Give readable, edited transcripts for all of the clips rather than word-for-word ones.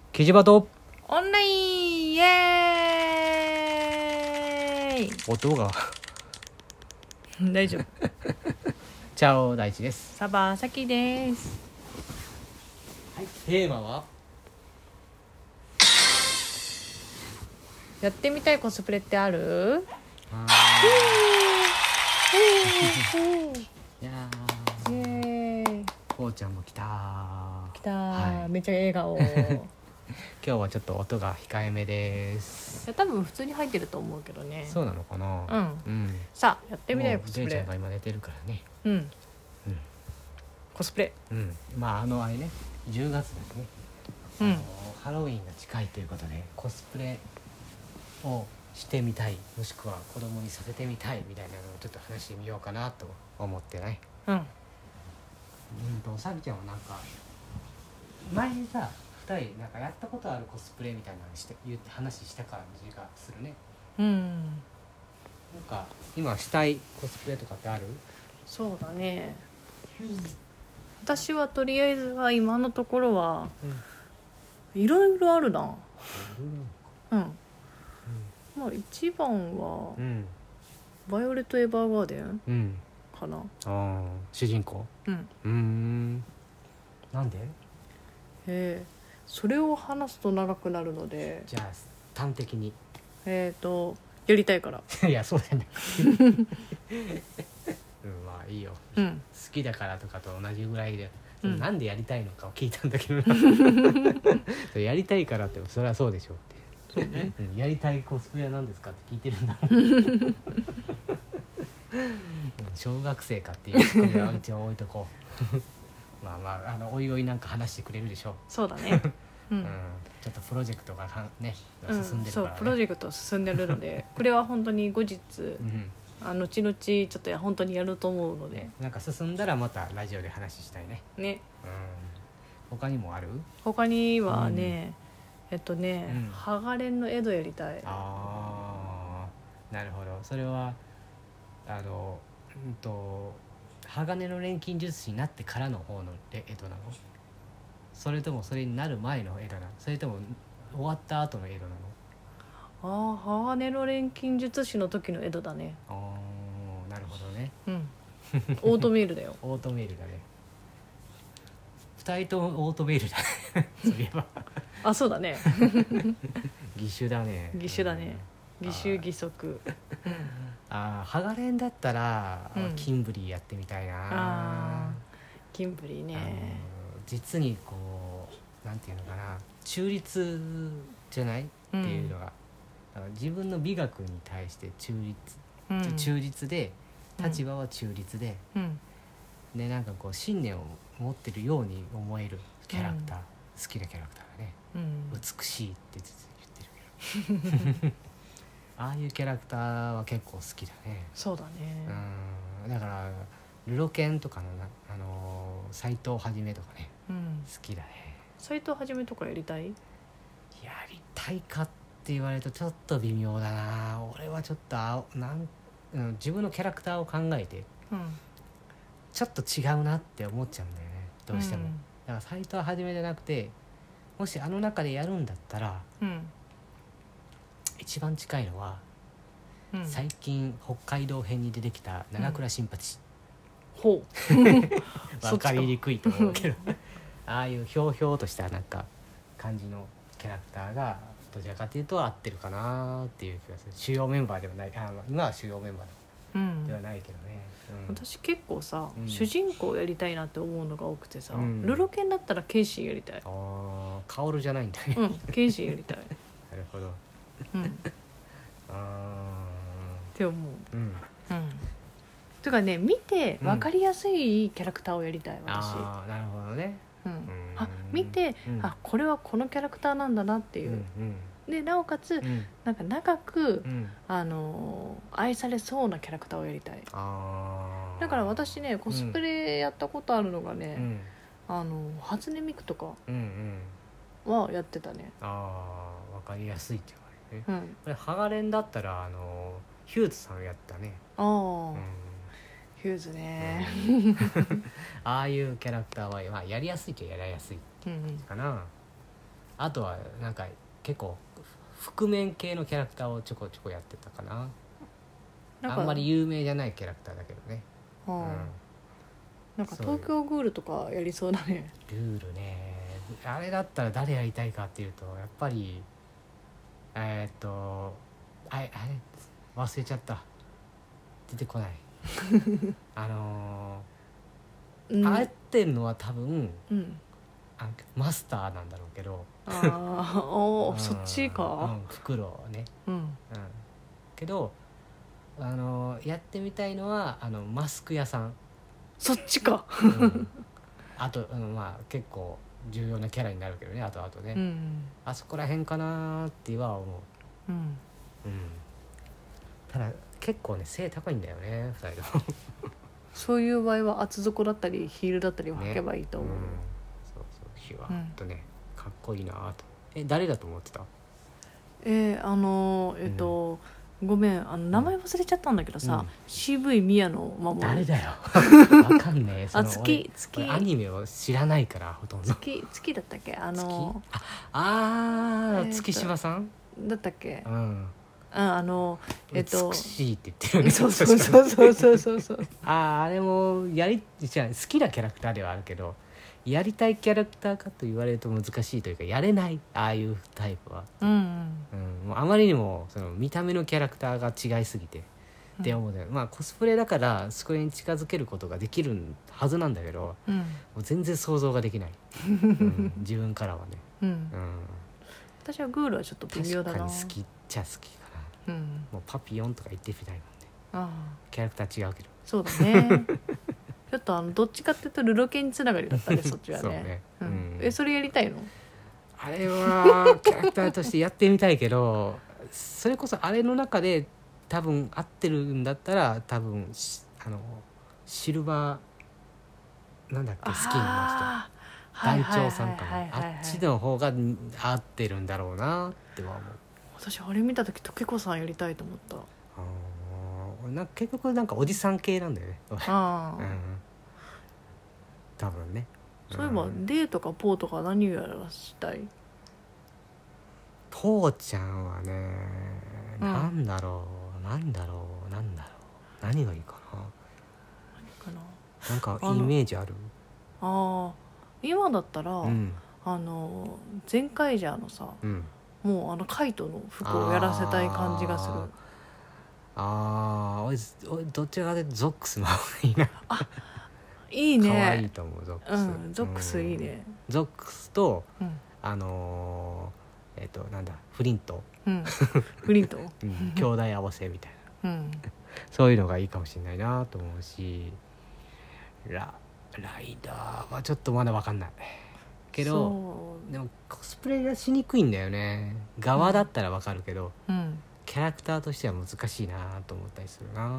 キジバトオンラインイエーイ音が大丈夫チャオ大地です。 サバサキです。 はい、テーマはやってみたいコスプレってある？ いやイエーイこうちゃんも来た来た、 はい、 めっちゃ笑顔今日はちょっと音が控えめです。 多分普通に入ってると思うけどね。 そうなのかな。 うん、 うん、 さあやってみたいコスジェイちゃプレ。 んが今寝てるからね。 うん、 うん、 コスプレ。 まああれね、10月ですね、ハロウィンが近いということでコスプレをしてみたい、もしくは子供にさせてみたいみたいなのをちょっと話してみようかなと思ってね。さびちゃんはなんか前にさ2人なんかやったことあるコスプレみたいなのして言って話した感じがするね。なんか今したいコスプレとかってある？ そうだね、私はとりあえずは今のところはいろいろあるな。まあ一番はバイオレット・エヴァーガーデンかな。 主人公？なんで？ それを話すと長くなるので、 じゃあ端的にやりたいからいやそうだねまあいいよ、好きだからとかと同じぐらいで、なんでやりたいのかを聞いたんだけどなやりたいからってそれはそうでしょってそうね、やりたいコスプレは何ですかって聞いてるんだ小学生かっていうツッコミは一応置いとこうまあおいおいなんか話してくれるでしょう。 そうだねちょっとプロジェクトがね進んでるからね。そうプロジェクト進んでるのでこれは本当に後日、後々ちょっと本当にやると思うので、 なんか進んだらまたラジオで話したいね。他にもある？他にはね、ハガレンのエドやりたい。 なるほど。それは鋼の錬金術師になってからの方のエドなの？それともそれになる前のエドなの？それとも終わった後のエドなの？ 鋼の錬金術師の時のエドだね。 なるほどね。 オートメールだよオートメールだね。2人ともオートメールだねそういえばそうだね義手だね。 義手義足ハガレンだったら、キンブリーやってみたいな。 キンブリーね、 実にこうなんていうのかな、中立じゃないっていうのが、だから自分の美学に対して忠実で、立場は中立で、でなんかこう信念を持ってるように思えるキャラクター、好きなキャラクターがね、美しいって言ってるけどああいうキャラクターは結構好きだね。 そうだね。 だからルロケンとかの斎藤はじめとかね、好きだね。 斎藤はじめとかやりたい？ やりたいかって言われるとちょっと微妙だな。俺はちょっと自分のキャラクターを考えて、ちょっと違うなって思っちゃうんだよね、どうしても。だから斎藤はじめじゃなくて、もしあの中でやるんだったら、一番近いのは、最近北海道編に出てきた七倉新八。分かりにくいと思うけどああいうひょうひょうとしたなんか感じのキャラクターがどちらかというと合ってるかなっていう気がする。主要メンバーではない、今は主要メンバーではないけどね。 私結構さ、主人公やりたいなって思うのが多くてさ、ルロケンだったらケイシーやりたい。 カオルじゃないんだね。 ケイシーやりたいなるほど。 って思う。とかね、見て分かりやすいキャラクターをやりたい、私。 なるほどね。 見て、これはこのキャラクターなんだなっていう、でなおかつ、なんか長く、愛されそうなキャラクターをやりたい。だから私ね、コスプレやったことあるのがね、初音ミクとかはやってたね。 分かりやすいっていうかね。これハガレンだったらヒューズさんやったね。 ヒューズね、 ああいうキャラクターは、やりやすいっちゃやりやすいかな。 あとはなんか結構覆面系のキャラクターをちょこちょこやってたかな。あんまり有名じゃないキャラクターだけどね、 なんか東京グールとかやりそうだね。 ルールね、あれだったら誰やりたいかっていうとやっぱりあれ忘れちゃった、出てこない合ってるのは多分、マスターなんだろうけど、 そっちか、 袋ね、けどやってみたいのはマスク屋さん、 そっちか、 あと、まあ結構重要なキャラになるけどね、あとね、あそこら辺かなっては思う。ただ結構ね背高いんだよね2人ともそういう場合は厚底だったりヒールだったりを履けばいいと思う、 そうヒワッとね、かっこいいなと。誰だと思ってた？ ごめん名前忘れちゃったんだけどさ、CV 宮野真守。 誰だよわかんねえ。 月アニメを知らないからほとんど。 月だったっけ、 月島さんだったっけ、 美しいって言ってるよね。 そうあれもじゃ好きなキャラクターではあるけど、やりたいキャラクターかと言われると難しいというか、やれない、ああいうタイプは、もうあまりにもその見た目のキャラクターが違いすぎて、って思うんだよ。まあコスプレだからそこに近づけることができるはずなんだけど、もう全然想像ができない、自分からはね、 私はグールはちょっと微妙だな。 確かに好きっちゃ好きかな、もうパピヨンとか言ってみたいもんね。キャラクター違うけど。そうだねちょっとどっちかっていうとルロケンつながりだったねそっちはね。 そうね、それやりたいの？ あれはキャラクターとしてやってみたいけどそれこそあれの中で多分合ってるんだったら多分シルバーなんだっけ、スキンの人、団長さんかな、あっちの方が合ってるんだろうなっては思う。 私あれ見た時トケコさんやりたいと思った。 結局なんかおじさん系なんだよね多分ね。 そういえば、デーとかポーとか何をやらしたい？ ポーちゃんはね、なんだろう何がいいかな。なんかイメージある？ 今だったら、ゼンカイジャーのさ、もうカイトの服をやらせたい感じがする。 俺どっちかというとゾックスの方がいいな。 いいね。 可愛いと思うゾックス。 ゾックスいいね。 ゾックスと、なんだフリント。 フリント。 兄弟合わせみたいな。そういうのがいいかもしれないなと思うし、ライダーはちょっとまだ分かんないけど、でもコスプレがしにくいんだよね。側だったら分かるけど、キャラクターとしては難しいなと思ったりするな。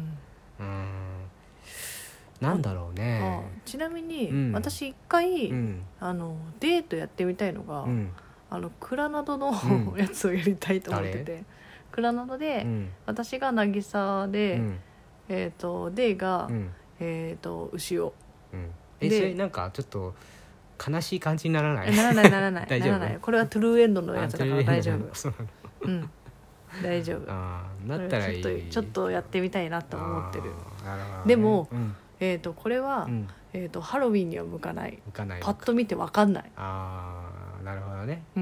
なんだろうね。 ちなみに、私一回、デートやってみたいのが、クラナドの、やつをやりたいと思ってて、クラナドで、私が渚で、デーが、牛尾、 それなんかちょっと悲しい感じにならない？ ならない大丈夫。これはトゥルーエンドのやつだから大丈夫。大丈夫。 なったらいい。 ちょっとやってみたいなと思ってる。でも、これは、ハロウィンには向かない。パッと見て分かんない。 なるほどね。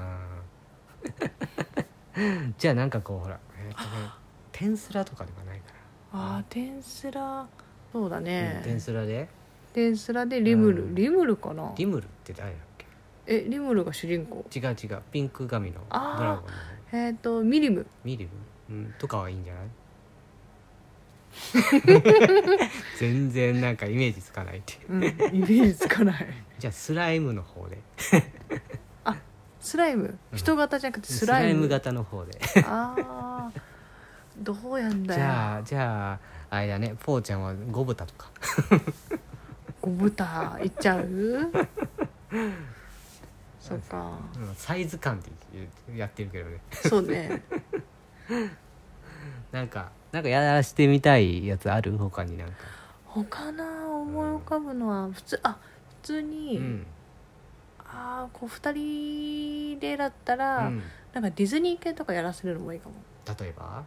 じゃあなんかこうほら、テンスラとかではないかな。テンスラ、そうだね。 テンスラでリムルかな。 リムルって誰だっけ？ リムルが主人公。 違うピンク髪のドラゴンのミリムとかはいいんじゃない？全然なんかイメージつかないってイメージつかない。 じゃあスライムの方でスライム、人型じゃなくてスライム型の方でどうやんだよ。 じゃああれだね、ポーちゃんはゴブタとかゴブタいっちゃうそっか、 サイズ感ってやってるけどね。 そうねなんかやらしてみたいやつある？他になんか思い浮かぶのは普通に、 こう2人でだったら、なんかディズニー系とかやらせるのもいいかも。 例えば、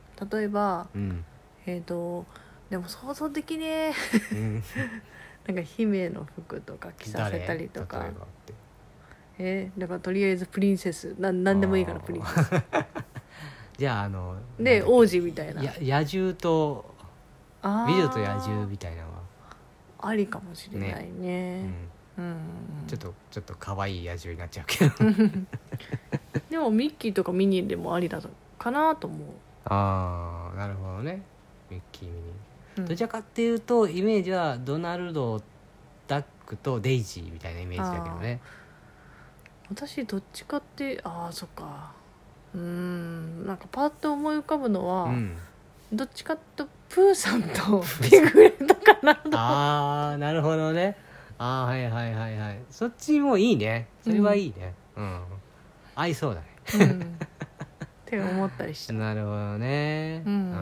でも想像できねえなんか姫の服とか着させたりとか。例えばってだからとりあえずプリンセスなんでもいいからプリンセスじゃあで王子みたいな野獣と美女と野獣みたいなのはありかもしれないね。 ちょっと可愛い野獣になっちゃうけどでもミッキーとかミニーでもありだかなと思う。 ああ、なるほどね。ミッキーミニー、どちらかっていうとイメージはドナルドダックとデイジーみたいなイメージだけどね。 私どっちかってそっか、なんかパッと思い浮かぶのは、どっちかとプーさんとピグレットかなとなるほどね。はいはいはいはい、そっちもいいね。それはいいね。合いそうだねって思ったりした。 なるほどね。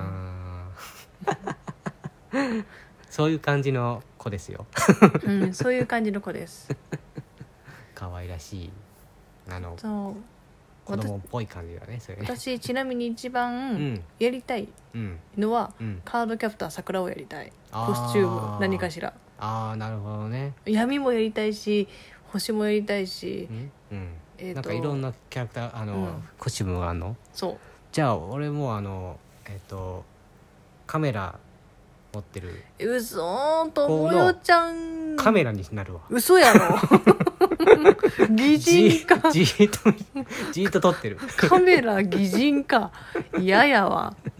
そういう感じの子ですよそういう感じの子です可愛らしいそう子供っぽい感じだね。それね。 私ちなみに一番やりたいのは、カードキャプター桜をやりたい。コスチューム何かしら。 なるほどね。 闇もやりたいし星もやりたいし、 なんかいろんなキャラクターコスチュームがあるの。そうじゃあ俺もカメラ持ってる。 嘘ともよちゃんカメラになるわ。 嘘やろ擬人か。 じーっと撮ってるカメラ擬人か。嫌やわ